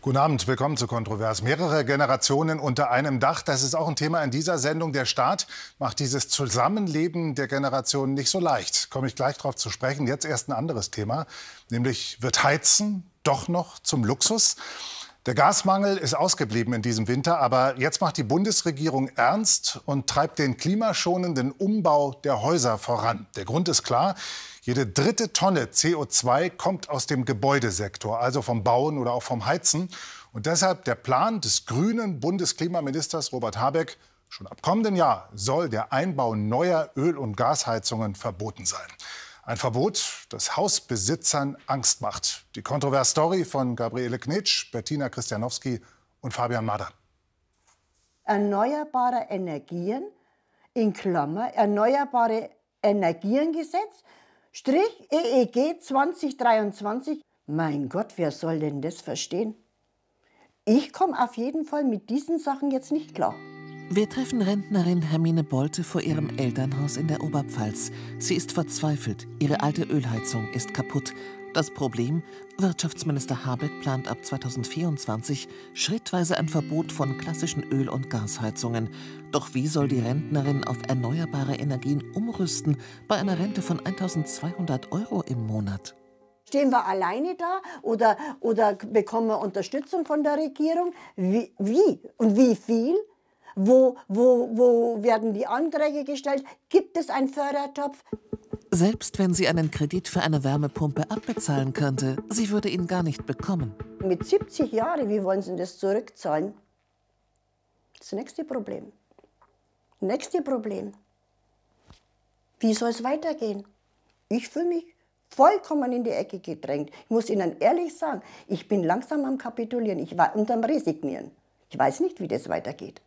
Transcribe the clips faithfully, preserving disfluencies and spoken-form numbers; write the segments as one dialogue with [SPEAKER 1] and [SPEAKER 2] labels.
[SPEAKER 1] Guten Abend, willkommen zu Kontrovers. Mehrere Generationen unter einem Dach, das ist auch ein Thema in dieser Sendung. Der Staat macht dieses Zusammenleben der Generationen nicht so leicht. Komme ich gleich darauf zu sprechen. Jetzt erst ein anderes Thema, nämlich wird Heizen doch noch zum Luxus? Der Gasmangel ist ausgeblieben in diesem Winter, aber jetzt macht die Bundesregierung ernst und treibt den klimaschonenden Umbau der Häuser voran. Der Grund ist klar: Jede dritte Tonne C O zwei kommt aus dem Gebäudesektor, also vom Bauen oder auch vom Heizen. Und deshalb der Plan des grünen Bundesklimaministers Robert Habeck: Schon ab kommenden Jahr soll der Einbau neuer Öl- und Gasheizungen verboten sein. Ein Verbot, das Hausbesitzern Angst macht. Die Kontrovers-Story von Gabriele Knitsch, Bettina Christianowski und Fabian Mader.
[SPEAKER 2] Erneuerbare Energien, in Klammer, Erneuerbare Energiengesetz, Strich E E G zwanzig dreiundzwanzig. Mein Gott, wer soll denn das verstehen? Ich komme auf jeden Fall mit diesen Sachen jetzt nicht klar.
[SPEAKER 3] Wir treffen Rentnerin Hermine Bolte vor ihrem Elternhaus in der Oberpfalz. Sie ist verzweifelt. Ihre alte Ölheizung ist kaputt. Das Problem: Wirtschaftsminister Habeck plant ab zweitausendvierundzwanzig schrittweise ein Verbot von klassischen Öl- und Gasheizungen. Doch wie soll die Rentnerin auf erneuerbare Energien umrüsten bei einer Rente von eintausendzweihundert Euro im Monat?
[SPEAKER 2] Stehen wir alleine da oder, oder bekommen wir Unterstützung von der Regierung? Wie, wie und wie viel? Wo, wo, wo werden die Anträge gestellt? Gibt es einen Fördertopf?
[SPEAKER 3] Selbst wenn sie einen Kredit für eine Wärmepumpe abbezahlen könnte, sie würde ihn gar nicht bekommen.
[SPEAKER 2] Mit siebzig Jahren, wie wollen Sie denn das zurückzahlen? Das nächste Problem. Nächste Problem. Wie soll es weitergehen? Ich fühle mich vollkommen in die Ecke gedrängt. Ich muss Ihnen ehrlich sagen, ich bin langsam am Kapitulieren, ich war unterm Resignieren. Ich weiß nicht, wie das weitergeht.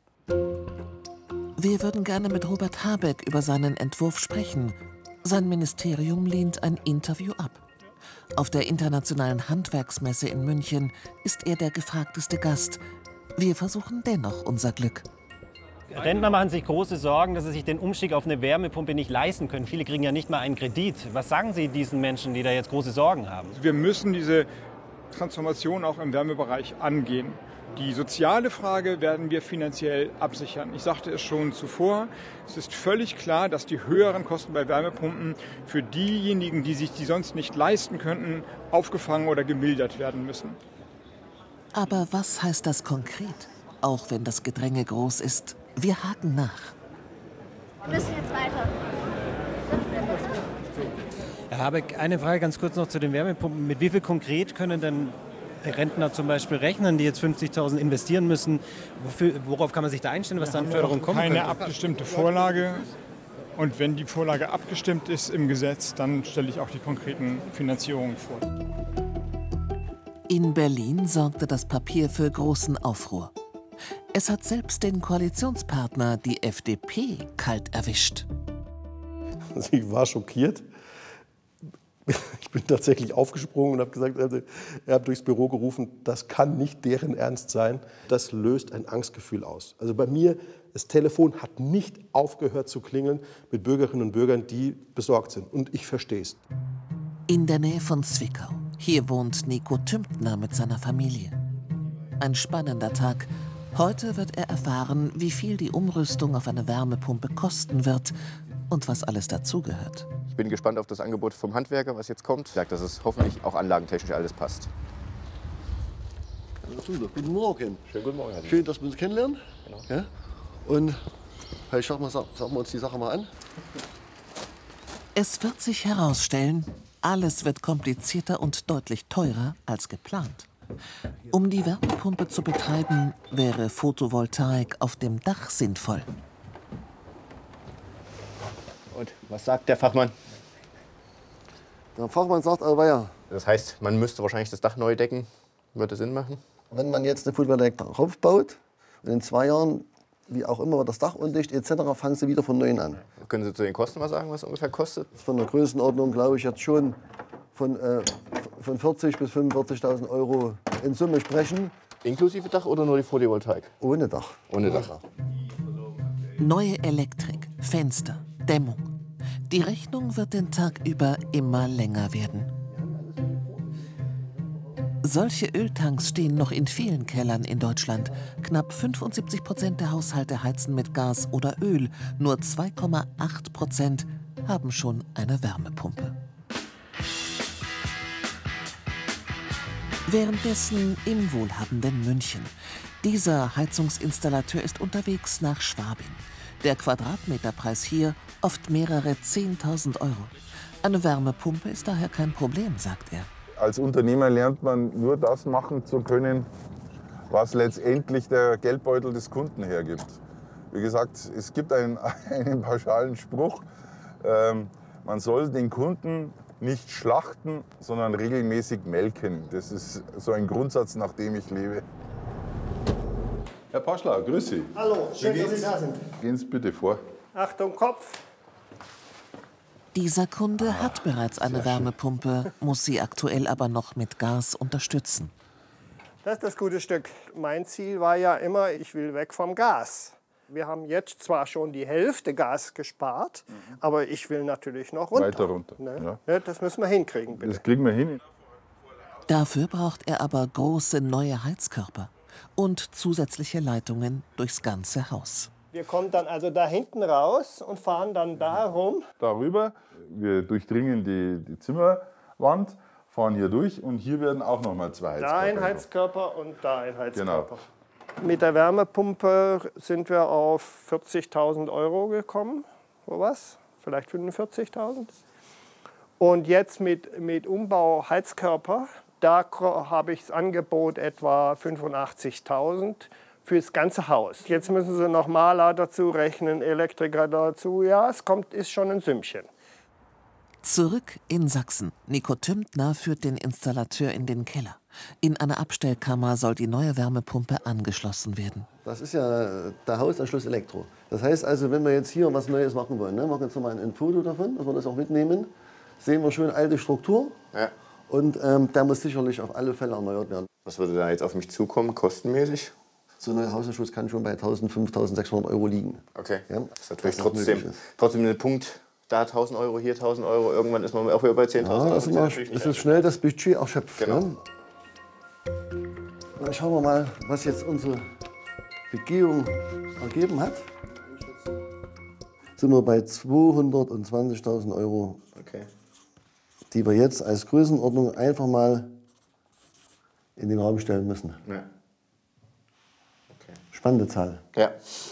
[SPEAKER 3] Wir würden gerne mit Robert Habeck über seinen Entwurf sprechen. Sein Ministerium lehnt ein Interview ab. Auf der internationalen Handwerksmesse in München ist er der gefragteste Gast. Wir versuchen dennoch unser Glück.
[SPEAKER 4] Rentner machen sich große Sorgen, dass sie sich den Umstieg auf eine Wärmepumpe nicht leisten können. Viele kriegen ja nicht mal einen Kredit. Was sagen Sie diesen Menschen, die da jetzt große Sorgen haben?
[SPEAKER 5] Wir müssen diese Transformation auch im Wärmebereich angehen. Die soziale Frage werden wir finanziell absichern. Ich sagte es schon zuvor, es ist völlig klar, dass die höheren Kosten bei Wärmepumpen für diejenigen, die sich die sonst nicht leisten könnten, aufgefangen oder gemildert werden müssen.
[SPEAKER 3] Aber was heißt das konkret? Auch wenn das Gedränge groß ist, wir haken nach.
[SPEAKER 6] Wir müssen jetzt weiter.
[SPEAKER 4] Herr Habeck, eine Frage ganz kurz noch zu den Wärmepumpen. Mit wie viel konkret können denn Rentner zum Beispiel rechnen, die jetzt fünfzigtausend investieren müssen? Wofür, worauf kann man sich da einstellen, was da an Förderung kommen könnte?
[SPEAKER 5] Keine abgestimmte Vorlage. Und wenn die Vorlage abgestimmt ist im Gesetz, dann stelle ich auch die konkreten Finanzierungen vor.
[SPEAKER 3] In Berlin sorgte das Papier für großen Aufruhr. Es hat selbst den Koalitionspartner, die F D P, kalt erwischt.
[SPEAKER 7] Also ich war schockiert. Ich bin tatsächlich aufgesprungen und habe gesagt, er hat durchs Büro gerufen, das kann nicht deren Ernst sein. Das löst ein Angstgefühl aus. Also bei mir, das Telefon hat nicht aufgehört zu klingeln mit Bürgerinnen und Bürgern, die besorgt sind. Und ich verstehe es.
[SPEAKER 3] In der Nähe von Zwickau. Hier wohnt Nico Tümptner mit seiner Familie. Ein spannender Tag. Heute wird er erfahren, wie viel die Umrüstung auf eine Wärmepumpe kosten wird und was alles dazugehört.
[SPEAKER 8] Ich bin gespannt auf das Angebot vom Handwerker, was jetzt kommt. Ich sage, dass es hoffentlich auch anlagentechnisch alles passt.
[SPEAKER 9] Guten Morgen.
[SPEAKER 8] Schönen guten Morgen.
[SPEAKER 9] Schön, dass wir uns kennenlernen.
[SPEAKER 8] Genau.
[SPEAKER 9] Ja? Und hey, schauen wir, sagen wir uns die Sache mal an.
[SPEAKER 3] Es wird sich herausstellen, alles wird komplizierter und deutlich teurer als geplant. Um die Wärmepumpe zu betreiben, wäre Photovoltaik auf dem Dach sinnvoll.
[SPEAKER 8] Und was sagt der Fachmann?
[SPEAKER 9] Der Fachmann sagt aber ja.
[SPEAKER 8] Das heißt, man müsste wahrscheinlich das Dach neu decken. Würde Sinn machen?
[SPEAKER 9] Wenn man jetzt eine Photovoltaik drauf baut und in zwei Jahren, wie auch immer, das Dach undicht et cetera, fangen sie wieder von neuem an.
[SPEAKER 8] Können Sie zu den Kosten mal sagen, was es ungefähr kostet?
[SPEAKER 9] Von der Größenordnung glaube ich jetzt schon von, äh, von vierzigtausend bis fünfundvierzigtausend Euro in Summe sprechen.
[SPEAKER 8] Inklusive Dach oder nur die Photovoltaik?
[SPEAKER 9] Ohne Dach.
[SPEAKER 8] Ohne Dach.
[SPEAKER 3] Neue Elektrik, Fenster, Dämmung. Die Rechnung wird den Tag über immer länger werden. Solche Öltanks stehen noch in vielen Kellern in Deutschland. Knapp fünfundsiebzig Prozent der Haushalte heizen mit Gas oder Öl. Nur zwei Komma acht Prozent haben schon eine Wärmepumpe. Währenddessen im wohlhabenden München. Dieser Heizungsinstallateur ist unterwegs nach Schwabing. Der Quadratmeterpreis hier oft mehrere zehntausend Euro. Eine Wärmepumpe ist daher kein Problem, sagt er.
[SPEAKER 10] Als Unternehmer lernt man nur das machen zu können, was letztendlich der Geldbeutel des Kunden hergibt. Wie gesagt, es gibt einen, einen pauschalen Spruch, ähm, man soll den Kunden nicht schlachten, sondern regelmäßig melken. Das ist so ein Grundsatz, nach dem ich lebe. Herr Paschler, grüß Sie.
[SPEAKER 11] Hallo, schön, dass Sie da sind.
[SPEAKER 10] Gehen Sie bitte vor.
[SPEAKER 11] Achtung, Kopf.
[SPEAKER 3] Dieser Kunde hat bereits eine Wärmepumpe, muss sie aktuell aber noch mit Gas unterstützen.
[SPEAKER 11] Das ist das gute Stück. Mein Ziel war ja immer, ich will weg vom Gas. Wir haben jetzt zwar schon die Hälfte Gas gespart, mhm. aber ich will natürlich noch runter.
[SPEAKER 10] Weiter runter.
[SPEAKER 11] Ne? Ja. Das müssen wir hinkriegen, bitte.
[SPEAKER 10] Das kriegen wir hin.
[SPEAKER 3] Dafür braucht er aber große neue Heizkörper und zusätzliche Leitungen durchs ganze Haus.
[SPEAKER 11] Wir kommen dann also da hinten raus und fahren dann da rum.
[SPEAKER 10] Darüber. Wir durchdringen die, die Zimmerwand, fahren hier durch und hier werden auch noch mal zwei Heizkörper.
[SPEAKER 11] Da ein Heizkörper und da ein Heizkörper.
[SPEAKER 10] Genau.
[SPEAKER 11] Mit der Wärmepumpe sind wir auf vierzigtausend Euro gekommen, sowas, vielleicht fünfundvierzigtausend. Und jetzt mit, mit Umbau Heizkörper, da habe ich das Angebot etwa fünfundachtzigtausend. Fürs ganze Haus. Jetzt müssen Sie noch Maler dazu rechnen, Elektriker dazu. Ja, es kommt, ist schon ein Sümmchen.
[SPEAKER 3] Zurück in Sachsen. Nico Tümtner führt den Installateur in den Keller. In einer Abstellkammer soll die neue Wärmepumpe angeschlossen werden.
[SPEAKER 9] Das ist ja der Hausanschluss Elektro. Das heißt also, wenn wir jetzt hier was Neues machen wollen, ne, machen wir jetzt noch mal ein Foto davon, dass wir das auch mitnehmen, sehen wir schön alte Struktur.
[SPEAKER 8] Ja.
[SPEAKER 9] Und ähm, der muss sicherlich auf alle Fälle erneuert werden.
[SPEAKER 8] Was würde da jetzt auf mich zukommen, kostenmäßig?
[SPEAKER 9] So ein neuer Hausanschluss kann schon bei eintausendfünfhundert, eintausendsechshundert Euro liegen.
[SPEAKER 8] Okay.
[SPEAKER 9] Ja?
[SPEAKER 8] Das ist natürlich trotzdem, trotzdem ein Punkt. Da tausend Euro, hier tausend Euro. Irgendwann ist man auch wieder bei zehntausend
[SPEAKER 9] ja,
[SPEAKER 8] Euro.
[SPEAKER 9] Das ist, ist schnell das Budget erschöpft.
[SPEAKER 8] Genau.
[SPEAKER 9] Ja? Dann schauen wir mal, was jetzt unsere Begehung ergeben hat. Sind wir bei zweihundertzwanzigtausend Euro,
[SPEAKER 8] okay.
[SPEAKER 9] die wir jetzt als Größenordnung einfach mal in den Raum stellen müssen.
[SPEAKER 8] Ja.
[SPEAKER 9] Spannende Zahl.
[SPEAKER 8] Ja.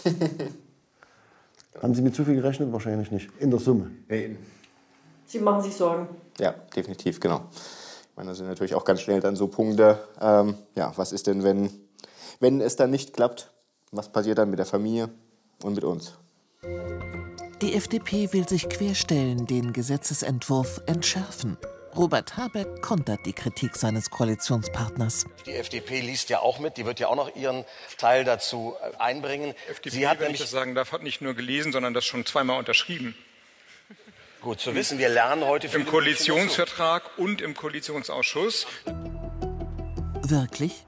[SPEAKER 9] Haben Sie mit zu viel gerechnet? Wahrscheinlich nicht. In der Summe.
[SPEAKER 8] Nee.
[SPEAKER 12] Sie machen sich Sorgen.
[SPEAKER 8] Ja, definitiv, genau. Ich meine, das sind natürlich auch ganz schnell dann so Punkte. Ähm, ja, was ist denn, wenn, wenn es dann nicht klappt? Was passiert dann mit der Familie und mit uns?
[SPEAKER 3] Die F D P will sich querstellen, den Gesetzesentwurf entschärfen. Robert Habeck kontert die Kritik seines Koalitionspartners.
[SPEAKER 13] Die F D P liest ja auch mit, die wird ja auch noch ihren Teil dazu einbringen.
[SPEAKER 5] Die F D P,
[SPEAKER 13] Sie hat
[SPEAKER 5] wenn ich das sagen darf, hat nicht nur gelesen, sondern das schon zweimal unterschrieben.
[SPEAKER 13] Gut zu wissen, wir lernen heute viel
[SPEAKER 5] im Koalitionsvertrag und im Koalitionsausschuss.
[SPEAKER 3] Wirklich?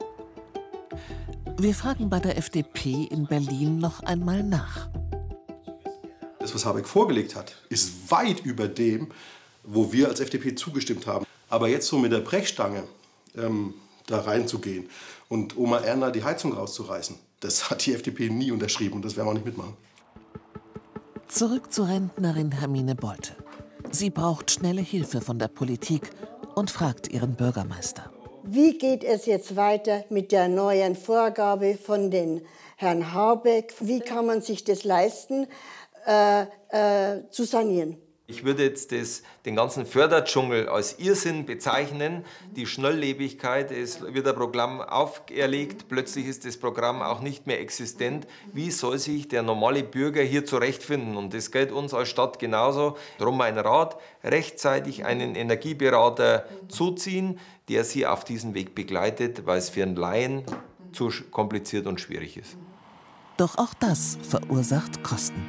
[SPEAKER 3] Wir fragen bei der F D P in Berlin noch einmal nach.
[SPEAKER 7] Das, was Habeck vorgelegt hat, ist weit über dem, wo wir als F D P zugestimmt haben. Aber jetzt so mit der Brechstange ähm, da reinzugehen und Oma Erna die Heizung rauszureißen, das hat die F D P nie unterschrieben und das werden wir auch nicht mitmachen.
[SPEAKER 3] Zurück zur Rentnerin Hermine Bolte. Sie braucht schnelle Hilfe von der Politik und fragt ihren Bürgermeister.
[SPEAKER 2] Wie geht es jetzt weiter mit der neuen Vorgabe von den Herrn Habeck? Wie kann man sich das leisten, äh, äh, zu sanieren?
[SPEAKER 14] Ich würde jetzt das, den ganzen Förderdschungel als Irrsinn bezeichnen. Die Schnelllebigkeit, es wird ein Programm auferlegt, plötzlich ist das Programm auch nicht mehr existent. Wie soll sich der normale Bürger hier zurechtfinden? Und das gilt uns als Stadt genauso. Darum mein Rat, rechtzeitig einen Energieberater zuziehen, der Sie auf diesem Weg begleitet, weil es für einen Laien zu kompliziert und schwierig ist.
[SPEAKER 3] Doch auch das verursacht Kosten.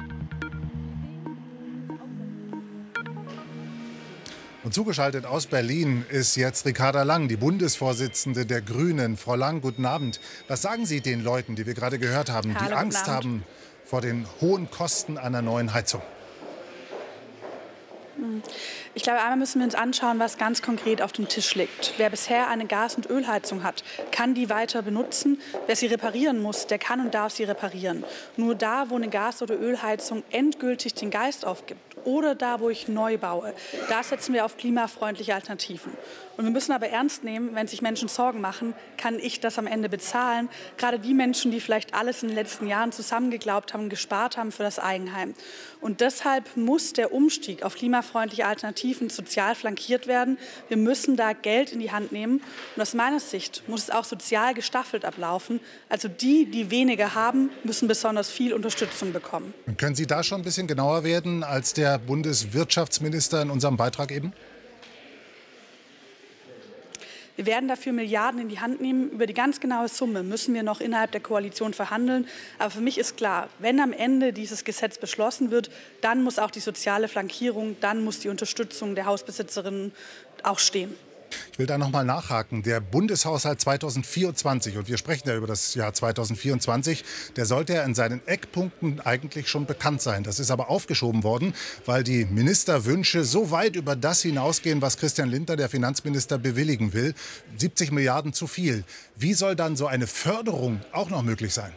[SPEAKER 1] Und zugeschaltet aus Berlin ist jetzt Ricarda Lang, die Bundesvorsitzende der Grünen. Frau Lang, guten Abend. Was sagen Sie den Leuten, die wir gerade gehört haben,
[SPEAKER 15] Hallo,
[SPEAKER 1] die Angst
[SPEAKER 15] Abend.
[SPEAKER 1] haben vor den hohen Kosten einer neuen Heizung?
[SPEAKER 15] Ich glaube, einmal müssen wir uns anschauen, was ganz konkret auf dem Tisch liegt. Wer bisher eine Gas- und Ölheizung hat, kann die weiter benutzen. Wer sie reparieren muss, der kann und darf sie reparieren. Nur da, wo eine Gas- oder Ölheizung endgültig den Geist aufgibt oder da, wo ich neu baue, da setzen wir auf klimafreundliche Alternativen. Und wir müssen aber ernst nehmen, wenn sich Menschen Sorgen machen, kann ich das am Ende bezahlen? Gerade die Menschen, die vielleicht alles in den letzten Jahren zusammengeglaubt haben, gespart haben für das Eigenheim. Und deshalb muss der Umstieg auf klimafreundliche Alternativen sozial flankiert werden. Wir müssen da Geld in die Hand nehmen. Und aus meiner Sicht muss es auch sozial gestaffelt ablaufen. Also die, die weniger haben, müssen besonders viel Unterstützung bekommen.
[SPEAKER 1] Können Sie da schon ein bisschen genauer werden als der Bundeswirtschaftsminister in unserem Beitrag eben?
[SPEAKER 15] Wir werden dafür Milliarden in die Hand nehmen. Über die ganz genaue Summe müssen wir noch innerhalb der Koalition verhandeln. Aber für mich ist klar, wenn am Ende dieses Gesetz beschlossen wird, dann muss auch die soziale Flankierung, dann muss die Unterstützung der Hausbesitzerinnen auch stehen.
[SPEAKER 1] Ich will da noch mal nachhaken. Der Bundeshaushalt zweitausendvierundzwanzig, und wir sprechen ja über das Jahr zweitausendvierundzwanzig, der sollte ja in seinen Eckpunkten eigentlich schon bekannt sein. Das ist aber aufgeschoben worden, weil die Ministerwünsche so weit über das hinausgehen, was Christian Lindner, der Finanzminister, bewilligen will. siebzig Milliarden zu viel. Wie soll dann so eine Förderung auch noch möglich sein?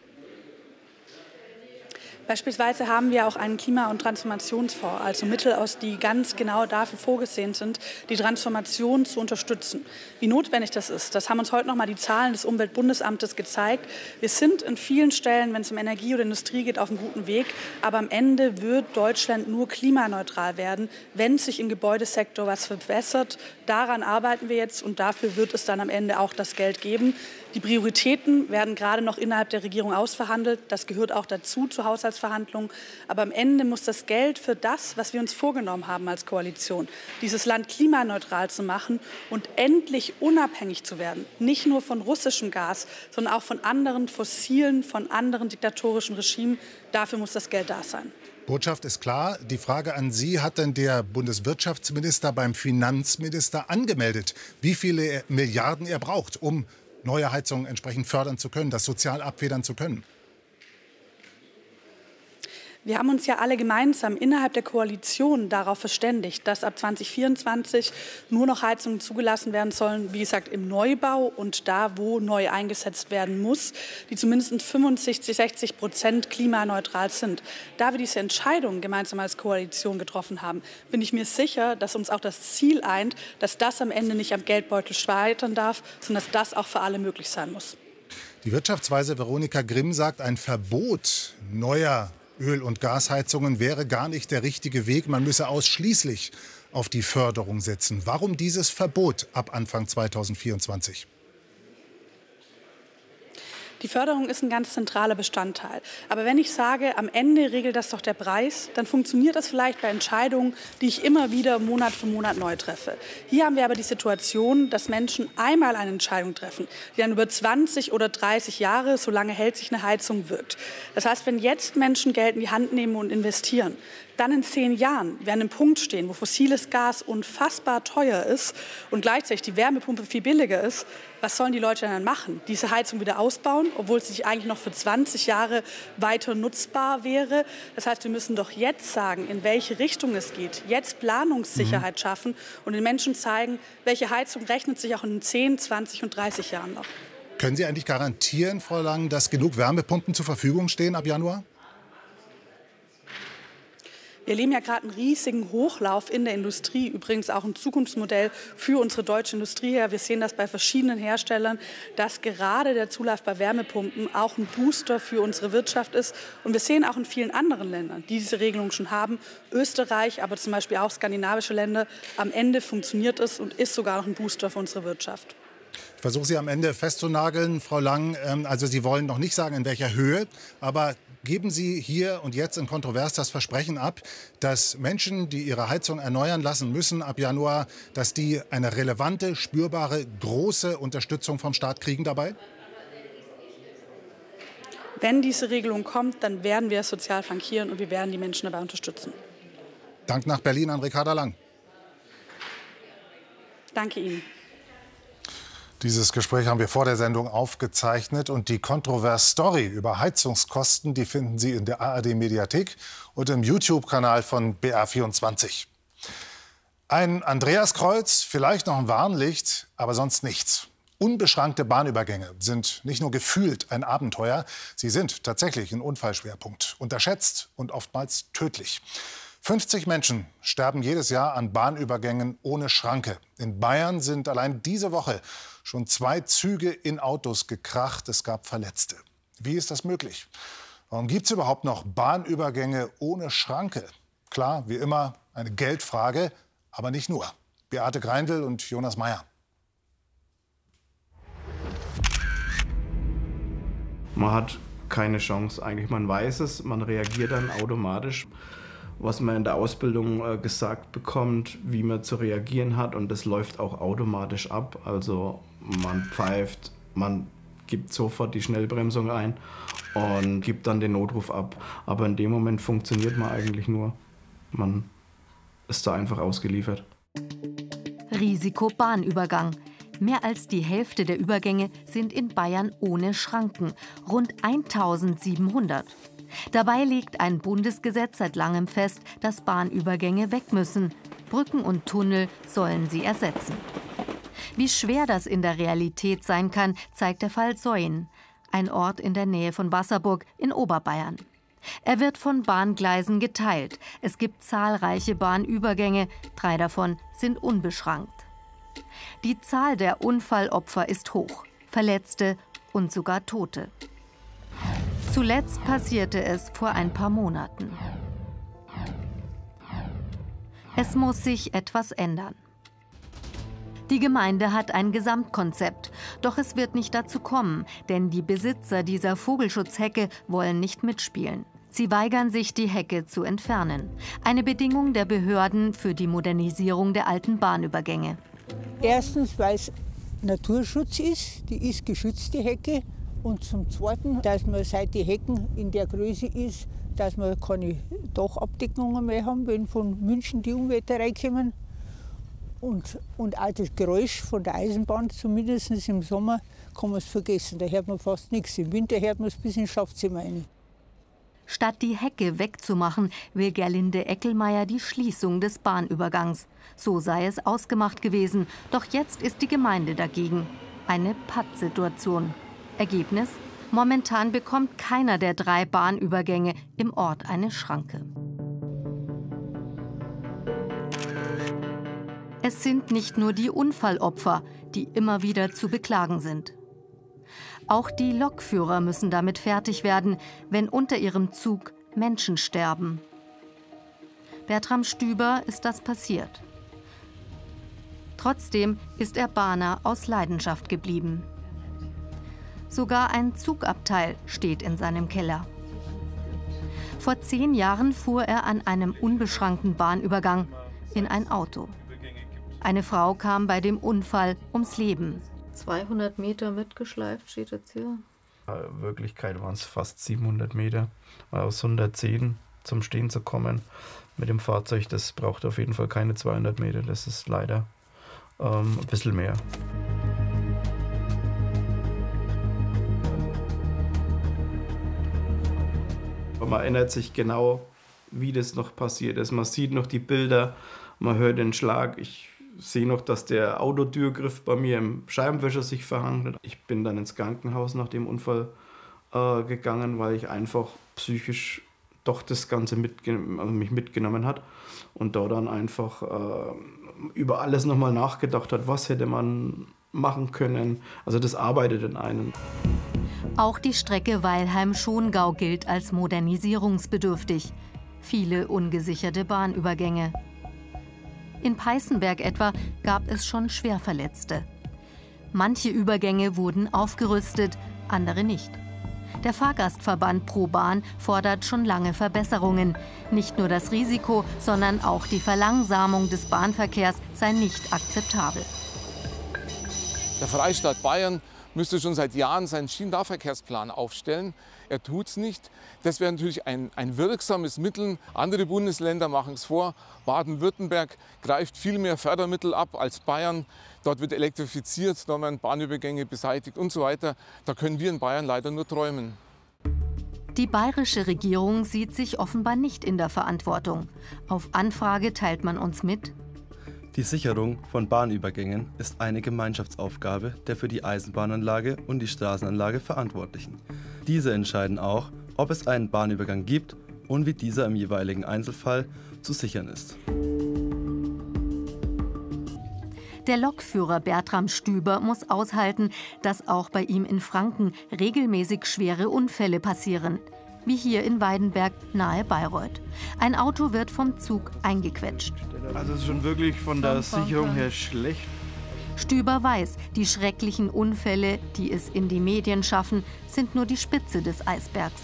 [SPEAKER 15] Beispielsweise haben wir auch einen Klima- und Transformationsfonds, also Mittel, aus die ganz genau dafür vorgesehen sind, die Transformation zu unterstützen. Wie notwendig das ist, das haben uns heute noch mal die Zahlen des Umweltbundesamtes gezeigt. Wir sind an vielen Stellen, wenn es um Energie oder Industrie geht, auf einem guten Weg. Aber am Ende wird Deutschland nur klimaneutral werden, wenn sich im Gebäudesektor was verbessert. Daran arbeiten wir jetzt und dafür wird es dann am Ende auch das Geld geben. Die Prioritäten werden gerade noch innerhalb der Regierung ausverhandelt. Das gehört auch dazu zur Haushaltsverhandlung. Aber am Ende muss das Geld für das, was wir uns vorgenommen haben als Koalition, dieses Land klimaneutral zu machen und endlich unabhängig zu werden, nicht nur von russischem Gas, sondern auch von anderen fossilen, von anderen diktatorischen Regimen. Dafür muss das Geld da sein.
[SPEAKER 1] Botschaft ist klar. Die Frage an Sie: Hat denn der Bundeswirtschaftsminister beim Finanzminister angemeldet, wie viele Milliarden er braucht, um neue Heizungen entsprechend fördern zu können, das sozial abfedern zu können?
[SPEAKER 15] Wir haben uns ja alle gemeinsam innerhalb der Koalition darauf verständigt, dass ab zweitausendvierundzwanzig nur noch Heizungen zugelassen werden sollen, wie gesagt, im Neubau und da, wo neu eingesetzt werden muss, die zumindest fünfundsiebzig, sechzig Prozent klimaneutral sind. Da wir diese Entscheidung gemeinsam als Koalition getroffen haben, bin ich mir sicher, dass uns auch das Ziel eint, dass das am Ende nicht am Geldbeutel scheitern darf, sondern dass das auch für alle möglich sein muss.
[SPEAKER 1] Die Wirtschaftsweise Veronika Grimm sagt, ein Verbot neuer Öl- und Gasheizungen wäre gar nicht der richtige Weg. Man müsse ausschließlich auf die Förderung setzen. Warum dieses Verbot ab Anfang zweitausendvierundzwanzig?
[SPEAKER 15] Die Förderung ist ein ganz zentraler Bestandteil. Aber wenn ich sage, am Ende regelt das doch der Preis, dann funktioniert das vielleicht bei Entscheidungen, die ich immer wieder Monat für Monat neu treffe. Hier haben wir aber die Situation, dass Menschen einmal eine Entscheidung treffen, die dann über zwanzig oder dreißig Jahre, so lange hält sich eine Heizung, wirkt. Das heißt, wenn jetzt Menschen Geld in die Hand nehmen und investieren, dann in zehn Jahren wir an einem Punkt stehen, wo fossiles Gas unfassbar teuer ist und gleichzeitig die Wärmepumpe viel billiger ist, was sollen die Leute dann machen? Diese Heizung wieder ausbauen, obwohl sie sich eigentlich noch für zwanzig Jahre weiter nutzbar wäre? Das heißt, wir müssen doch jetzt sagen, in welche Richtung es geht, jetzt Planungssicherheit mhm. schaffen und den Menschen zeigen, welche Heizung rechnet sich auch in zehn, zwanzig und dreißig Jahren noch.
[SPEAKER 1] Können Sie eigentlich garantieren, Frau Lang, dass genug Wärmepumpen zur Verfügung stehen ab Januar?
[SPEAKER 15] Wir erleben ja gerade einen riesigen Hochlauf in der Industrie, übrigens auch ein Zukunftsmodell für unsere deutsche Industrie her. Wir sehen das bei verschiedenen Herstellern, dass gerade der Zulauf bei Wärmepumpen auch ein Booster für unsere Wirtschaft ist. Und wir sehen auch in vielen anderen Ländern, die diese Regelung schon haben, Österreich, aber zum Beispiel auch skandinavische Länder, am Ende funktioniert es und ist sogar noch ein Booster für unsere Wirtschaft.
[SPEAKER 1] Ich versuche Sie am Ende festzunageln, Frau Lang. Also Sie wollen noch nicht sagen, in welcher Höhe, aber geben Sie hier und jetzt in Kontrovers das Versprechen ab, dass Menschen, die ihre Heizung erneuern lassen müssen ab Januar, dass die eine relevante, spürbare, große Unterstützung vom Staat kriegen dabei?
[SPEAKER 15] Wenn diese Regelung kommt, dann werden wir es sozial flankieren und wir werden die Menschen dabei unterstützen.
[SPEAKER 1] Dank nach Berlin an Ricarda Lang.
[SPEAKER 15] Danke Ihnen.
[SPEAKER 1] Dieses Gespräch haben wir vor der Sendung aufgezeichnet und die Kontrovers-Story über Heizungskosten, die finden Sie in der A R D-Mediathek und im YouTube-Kanal von B R vierundzwanzig. Ein Andreaskreuz, vielleicht noch ein Warnlicht, aber sonst nichts. Unbeschrankte Bahnübergänge sind nicht nur gefühlt ein Abenteuer, sie sind tatsächlich ein Unfallschwerpunkt. Unterschätzt und oftmals tödlich. fünfzig Menschen sterben jedes Jahr an Bahnübergängen ohne Schranke. In Bayern sind allein diese Woche schon zwei Züge in Autos gekracht. Es gab Verletzte. Wie ist das möglich? Warum gibt es überhaupt noch Bahnübergänge ohne Schranke? Klar, wie immer, eine Geldfrage, aber nicht nur. Beate Greindl und Jonas Meyer.
[SPEAKER 16] Man hat keine Chance eigentlich. Man weiß es, man reagiert dann automatisch, was man in der Ausbildung äh, gesagt bekommt, wie man zu reagieren hat, und das läuft auch automatisch ab. Also man pfeift, man gibt sofort die Schnellbremsung ein und gibt dann den Notruf ab. Aber in dem Moment funktioniert man eigentlich nur. Man ist da einfach ausgeliefert.
[SPEAKER 17] Risikobahnübergang. Mehr als die Hälfte der Übergänge sind in Bayern ohne Schranken, rund eintausendsiebenhundert. Dabei legt ein Bundesgesetz seit langem fest, dass Bahnübergänge weg müssen. Brücken und Tunnel sollen sie ersetzen. Wie schwer das in der Realität sein kann, zeigt der Fall Soyen, ein Ort in der Nähe von Wasserburg in Oberbayern. Er wird von Bahngleisen geteilt. Es gibt zahlreiche Bahnübergänge, drei davon sind unbeschrankt. Die Zahl der Unfallopfer ist hoch, Verletzte und sogar Tote. Zuletzt passierte es vor ein paar Monaten. Es muss sich etwas ändern. Die Gemeinde hat ein Gesamtkonzept, doch es wird nicht dazu kommen, denn die Besitzer dieser Vogelschutzhecke wollen nicht mitspielen. Sie weigern sich, die Hecke zu entfernen. Eine Bedingung der Behörden für die Modernisierung der alten Bahnübergänge.
[SPEAKER 18] Erstens, weil es Naturschutz ist, die ist geschützt, die Hecke. Und zum Zweiten, dass man seit die Hecken in der Größe ist, dass wir keine Dachabdeckungen mehr haben, wenn von München die Unwetter reinkommen. Und, und auch das Geräusch von der Eisenbahn, zumindest im Sommer, kann man es vergessen. Da hört man fast nichts. Im Winter hört man es bis ins Schlafzimmer rein.
[SPEAKER 17] Statt die Hecke wegzumachen, will Gerlinde Eckelmeier die Schließung des Bahnübergangs. So sei es ausgemacht gewesen. Doch jetzt ist die Gemeinde dagegen. Eine Pattsituation. Ergebnis? Momentan bekommt keiner der drei Bahnübergänge im Ort eine Schranke. Es sind nicht nur die Unfallopfer, die immer wieder zu beklagen sind. Auch die Lokführer müssen damit fertig werden, wenn unter ihrem Zug Menschen sterben. Bertram Stüber ist das passiert. Trotzdem ist er Bahner aus Leidenschaft geblieben. Sogar ein Zugabteil steht in seinem Keller. Vor zehn Jahren fuhr er an einem unbeschrankten Bahnübergang in ein Auto. Eine Frau kam bei dem Unfall ums Leben.
[SPEAKER 19] zweihundert Meter mitgeschleift steht jetzt hier.
[SPEAKER 16] In Wirklichkeit waren es fast siebenhundert Meter. Aus hundertzehn zum Stehen zu kommen mit dem Fahrzeug, das braucht auf jeden Fall keine zweihundert Meter. Das ist leider ähm, ein bisschen mehr. Man erinnert sich genau, wie das noch passiert ist. Man sieht noch die Bilder, man hört den Schlag. Ich sehe noch, dass der Autotürgriff bei mir im Scheibenwischer sich verhangen hat. Ich bin dann ins Krankenhaus nach dem Unfall äh, gegangen, weil ich einfach psychisch doch das Ganze mitgen- also mich mitgenommen hat und da dann einfach äh, über alles nochmal nachgedacht hat, was hätte man machen können. Also das arbeitet in einem.
[SPEAKER 17] Auch die Strecke Weilheim-Schongau gilt als modernisierungsbedürftig. Viele ungesicherte Bahnübergänge. In Peißenberg etwa gab es schon Schwerverletzte. Manche Übergänge wurden aufgerüstet, andere nicht. Der Fahrgastverband ProBahn fordert schon lange Verbesserungen. Nicht nur das Risiko, sondern auch die Verlangsamung des Bahnverkehrs sei nicht akzeptabel.
[SPEAKER 20] Der Freistaat Bayern müsste schon seit Jahren seinen Schienennahverkehrsplan aufstellen. Er tut es nicht. Das wäre natürlich ein, ein wirksames Mittel. Andere Bundesländer machen es vor. Baden-Württemberg greift viel mehr Fördermittel ab als Bayern. Dort wird elektrifiziert, dort werden Bahnübergänge beseitigt und so weiter. Da können wir in Bayern leider nur träumen.
[SPEAKER 17] Die bayerische Regierung sieht sich offenbar nicht in der Verantwortung. Auf Anfrage teilt man uns mit:
[SPEAKER 21] Die Sicherung von Bahnübergängen ist eine Gemeinschaftsaufgabe der für die Eisenbahnanlage und die Straßenanlage Verantwortlichen. Diese entscheiden auch, ob es einen Bahnübergang gibt und wie dieser im jeweiligen Einzelfall zu sichern ist.
[SPEAKER 17] Der Lokführer Bertram Stüber muss aushalten, dass auch bei ihm in Franken regelmäßig schwere Unfälle passieren. Wie hier in Weidenberg nahe Bayreuth. Ein Auto wird vom Zug eingequetscht.
[SPEAKER 16] Also es ist schon wirklich von der Sicherung her schlecht.
[SPEAKER 17] Stüber weiß, die schrecklichen Unfälle, die es in die Medien schaffen, sind nur die Spitze des Eisbergs.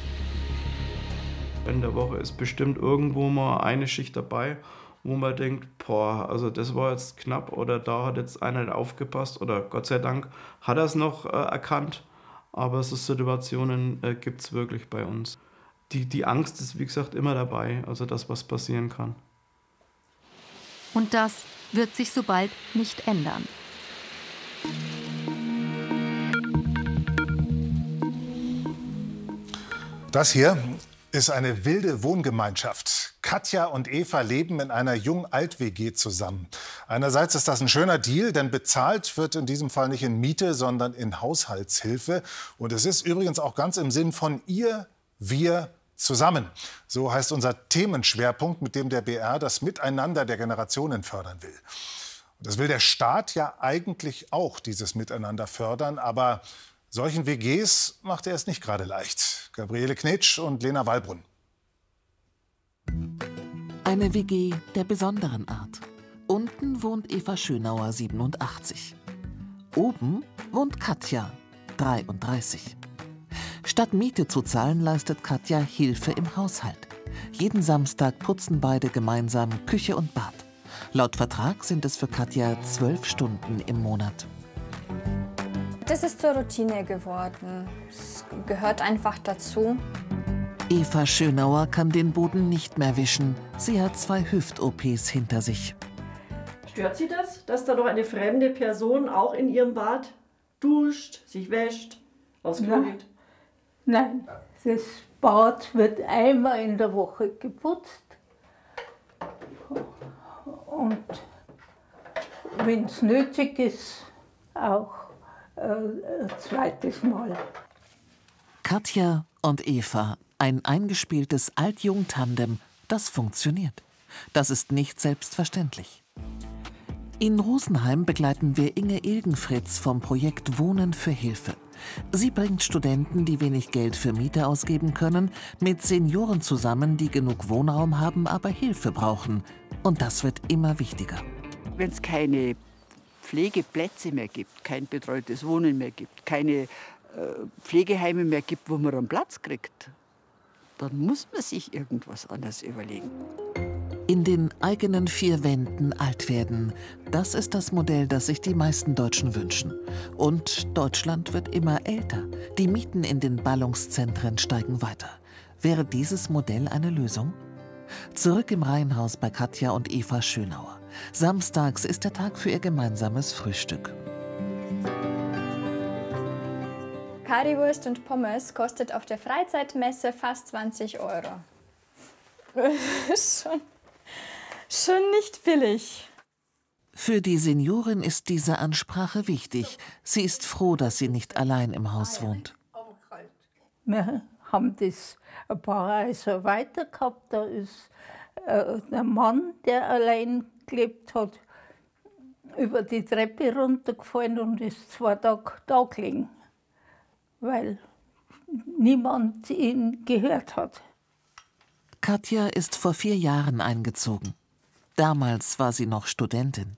[SPEAKER 16] In der Woche ist bestimmt irgendwo mal eine Schicht dabei, wo man denkt, boah, also das war jetzt knapp oder da hat jetzt einer nicht aufgepasst oder Gott sei Dank hat er es noch äh, erkannt. Aber so Situationen äh, gibt es wirklich bei uns. Die, die Angst ist, wie gesagt, immer dabei, also dass was passieren kann.
[SPEAKER 17] Und das wird sich so bald nicht ändern.
[SPEAKER 1] Das hier ist eine wilde Wohngemeinschaft. Katja und Eva leben in einer Jung-Alt-W G zusammen. Einerseits ist das ein schöner Deal, denn bezahlt wird in diesem Fall nicht in Miete, sondern in Haushaltshilfe. Und es ist übrigens auch ganz im Sinn von ihr, wir, zusammen. So heißt unser Themenschwerpunkt, mit dem der B R das Miteinander der Generationen fördern will. Und das will der Staat ja eigentlich auch, dieses Miteinander fördern. Aber solchen W Gs macht er es nicht gerade leicht. Gabriele Knetsch und Lena Wallbrunn.
[SPEAKER 3] Eine W G der besonderen Art. Unten wohnt Eva Schönauer, siebenundachtzig. Oben wohnt Katja, dreiunddreißig. Statt Miete zu zahlen, leistet Katja Hilfe im Haushalt. Jeden Samstag putzen beide gemeinsam Küche und Bad. Laut Vertrag sind es für Katja zwölf Stunden im Monat.
[SPEAKER 6] Das ist zur Routine geworden. Es gehört einfach dazu.
[SPEAKER 3] Eva Schönauer kann den Boden nicht mehr wischen. Sie hat zwei Hüft-O Ps hinter sich.
[SPEAKER 12] Stört Sie das, dass da noch eine fremde Person auch in Ihrem Bad duscht, sich wäscht, aufs Klo geht?
[SPEAKER 18] Nein, das Bad wird einmal in der Woche geputzt. Und wenn es nötig ist, auch äh, ein zweites Mal.
[SPEAKER 3] Katja und Eva, ein eingespieltes Alt-Jung-Tandem, das funktioniert. Das ist nicht selbstverständlich. In Rosenheim begleiten wir Inge Ilgenfritz vom Projekt Wohnen für Hilfe. Sie bringt Studenten, die wenig Geld für Miete ausgeben können, mit Senioren zusammen, die genug Wohnraum haben, aber Hilfe brauchen. Und das wird immer wichtiger.
[SPEAKER 22] Wenn es keine Pflegeplätze mehr gibt, kein betreutes Wohnen mehr gibt, keine äh, Pflegeheime mehr gibt, wo man einen Platz kriegt, dann muss man sich irgendwas anderes überlegen.
[SPEAKER 3] In den eigenen vier Wänden alt werden, das ist das Modell, das sich die meisten Deutschen wünschen. Und Deutschland wird immer älter. Die Mieten in den Ballungszentren steigen weiter. Wäre dieses Modell eine Lösung? Zurück im Reihenhaus bei Katja und Eva Schönauer. Samstags ist der Tag für ihr gemeinsames Frühstück.
[SPEAKER 6] Currywurst und Pommes kostet auf der Freizeitmesse fast zwanzig Euro. schon, schon nicht billig.
[SPEAKER 3] Für die Seniorin ist diese Ansprache wichtig. Sie ist froh, dass sie nicht allein im Haus wohnt.
[SPEAKER 18] Wir haben das ein paar Häuser weiter gehabt. Da ist äh, der Mann, der allein gelebt hat, über die Treppe runtergefallen und ist zwei Tage da gelegen, weil niemand ihn gehört hat.
[SPEAKER 3] Katja ist vor vier Jahren eingezogen. Damals war sie noch Studentin.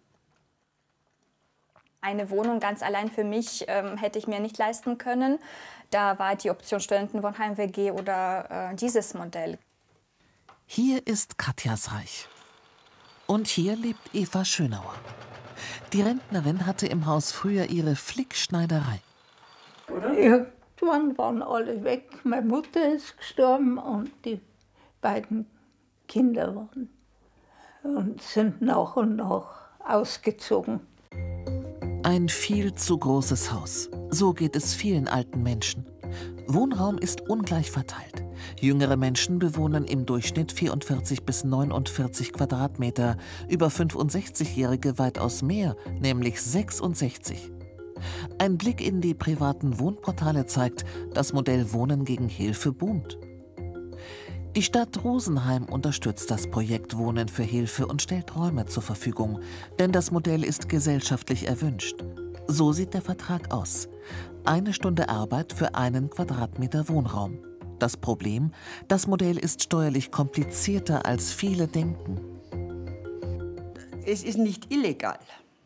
[SPEAKER 6] Eine Wohnung ganz allein für mich ähm, hätte ich mir nicht leisten können. Da war die Option Studentenwohnheim-W G oder äh, dieses Modell.
[SPEAKER 3] Hier ist Katjas Reich. Und hier lebt Eva Schönauer. Die Rentnerin hatte im Haus früher ihre Flickschneiderei.
[SPEAKER 18] Irgendwann waren alle weg. Meine Mutter ist gestorben und die beiden Kinder waren und sind nach und nach ausgezogen.
[SPEAKER 3] Ein viel zu großes Haus. So geht es vielen alten Menschen. Wohnraum ist ungleich verteilt. Jüngere Menschen bewohnen im Durchschnitt vierundvierzig bis neunundvierzig Quadratmeter, über fünfundsechzigjährige weitaus mehr, nämlich sechsundsechzig. Ein Blick in die privaten Wohnportale zeigt, das Modell Wohnen gegen Hilfe boomt. Die Stadt Rosenheim unterstützt das Projekt Wohnen für Hilfe und stellt Räume zur Verfügung, denn das Modell ist gesellschaftlich erwünscht. So sieht der Vertrag aus. Eine Stunde Arbeit für einen Quadratmeter Wohnraum. Das Problem, das Modell ist steuerlich komplizierter, als viele denken.
[SPEAKER 22] Es ist nicht illegal.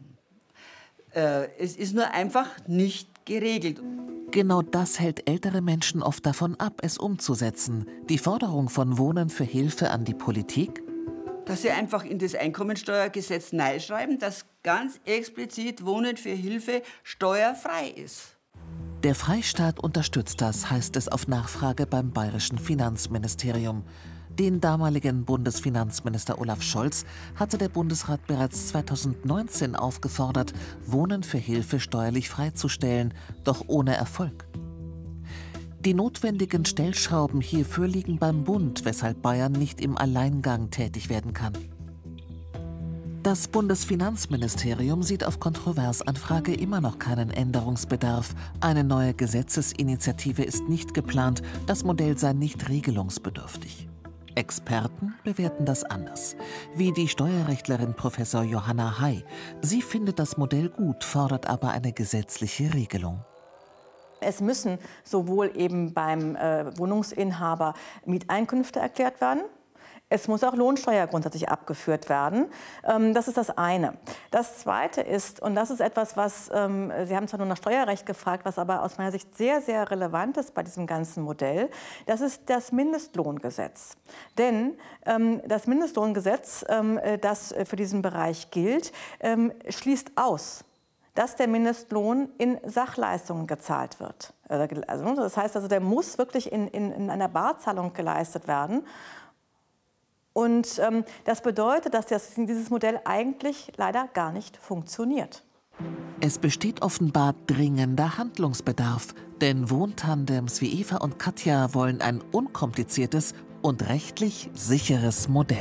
[SPEAKER 22] Äh, es ist nur einfach nicht geregelt.
[SPEAKER 3] Genau das hält ältere Menschen oft davon ab, es umzusetzen. Die Forderung von Wohnen für Hilfe an die Politik?
[SPEAKER 22] Dass sie einfach in das Einkommensteuergesetz schreiben, dass ganz explizit Wohnen für Hilfe steuerfrei ist.
[SPEAKER 3] Der Freistaat unterstützt das, heißt es auf Nachfrage beim bayerischen Finanzministerium. Den damaligen Bundesfinanzminister Olaf Scholz hatte der Bundesrat bereits zweitausendneunzehn aufgefordert, Wohnen für Hilfe steuerlich freizustellen, doch ohne Erfolg. Die notwendigen Stellschrauben hierfür liegen beim Bund, weshalb Bayern nicht im Alleingang tätig werden kann. Das Bundesfinanzministerium sieht auf Kontroversanfrage immer noch keinen Änderungsbedarf. Eine neue Gesetzesinitiative ist nicht geplant, das Modell sei nicht regelungsbedürftig. Experten bewerten das anders, wie die Steuerrechtlerin Professor Johanna Hay. Sie findet das Modell gut, fordert aber eine gesetzliche Regelung.
[SPEAKER 4] Es müssen sowohl eben beim äh, Wohnungsinhaber Mieteinkünfte erklärt werden. Es muss auch Lohnsteuer grundsätzlich abgeführt werden. Ähm, das ist das eine. Das zweite ist, und das ist etwas, was, ähm, Sie haben zwar nur nach Steuerrecht gefragt, was aber aus meiner Sicht sehr, sehr relevant ist bei diesem ganzen Modell, das ist das Mindestlohngesetz. Denn ähm, das Mindestlohngesetz, ähm, das für diesen Bereich gilt, ähm, schließt aus, dass der Mindestlohn in Sachleistungen gezahlt wird. Also, das heißt, also, der muss wirklich in, in, in einer Barzahlung geleistet werden. Und ähm, das bedeutet, dass das, dieses Modell eigentlich leider gar nicht funktioniert.
[SPEAKER 3] Es besteht offenbar dringender Handlungsbedarf, denn Wohntandems wie Eva und Katja wollen ein unkompliziertes und rechtlich sicheres Modell.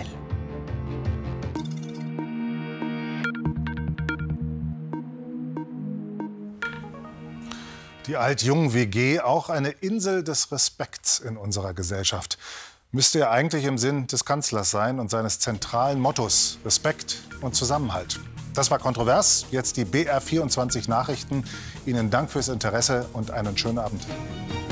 [SPEAKER 1] Die Alt-Jung-W G, auch eine Insel des Respekts in unserer Gesellschaft. Müsste ja eigentlich im Sinn des Kanzlers sein und seines zentralen Mottos Respekt und Zusammenhalt. Das war Kontrovers. Jetzt die B R vierundzwanzig Nachrichten. Ihnen Dank fürs Interesse und einen schönen Abend.